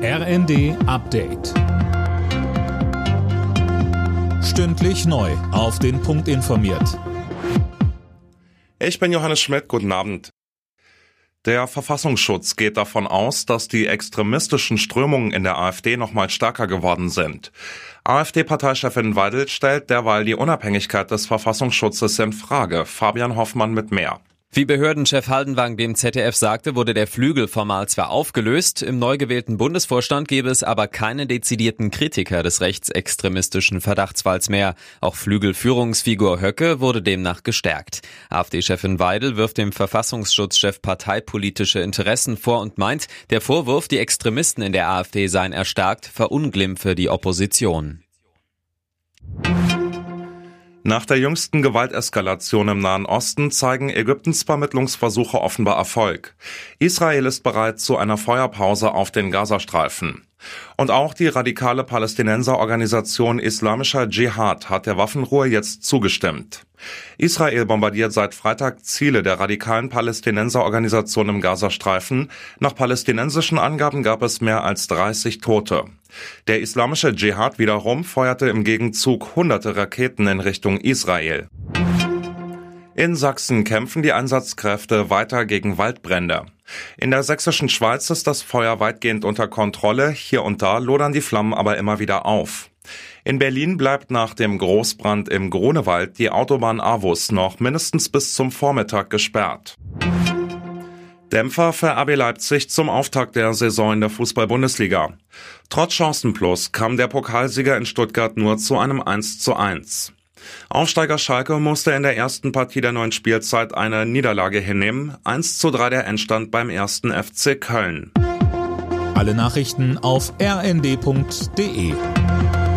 RND Update. Stündlich neu auf den Punkt informiert. Ich bin Johannes Schmidt, guten Abend. Der Verfassungsschutz geht davon aus, dass die extremistischen Strömungen in der AfD noch mal stärker geworden sind. AfD-Parteichefin Weidel stellt derweil die Unabhängigkeit des Verfassungsschutzes in Frage. Fabian Hoffmann mit mehr. Wie Behördenchef Haldenwang dem ZDF sagte, wurde der Flügel formal zwar aufgelöst, im neu gewählten Bundesvorstand gäbe es aber keine dezidierten Kritiker des rechtsextremistischen Verdachtsfalls mehr. Auch Flügelführungsfigur Höcke wurde demnach gestärkt. AfD-Chefin Weidel wirft dem Verfassungsschutzchef parteipolitische Interessen vor und meint, der Vorwurf, die Extremisten in der AfD seien erstarkt, verunglimpfe die Opposition. Nach der jüngsten Gewalteskalation im Nahen Osten zeigen Ägyptens Vermittlungsversuche offenbar Erfolg. Israel ist bereit zu einer Feuerpause auf den Gazastreifen. Und auch die radikale Palästinenserorganisation Islamischer Dschihad hat der Waffenruhe jetzt zugestimmt. Israel bombardiert seit Freitag Ziele der radikalen Palästinenserorganisation im Gazastreifen. Nach palästinensischen Angaben gab es mehr als 30 Tote. Der Islamische Dschihad wiederum feuerte im Gegenzug hunderte Raketen in Richtung Israel. In Sachsen kämpfen die Einsatzkräfte weiter gegen Waldbrände. In der sächsischen Schweiz ist das Feuer weitgehend unter Kontrolle, hier und da lodern die Flammen aber immer wieder auf. In Berlin bleibt nach dem Großbrand im Grunewald die Autobahn Avus noch mindestens bis zum Vormittag gesperrt. Dämpfer für RB Leipzig zum Auftakt der Saison in der Fußball-Bundesliga. Trotz Chancenplus kam der Pokalsieger in Stuttgart nur zu einem 1:1. Aufsteiger Schalke musste in der ersten Partie der neuen Spielzeit eine Niederlage hinnehmen. 1:3 der Endstand beim 1. FC Köln. Alle Nachrichten auf rnd.de.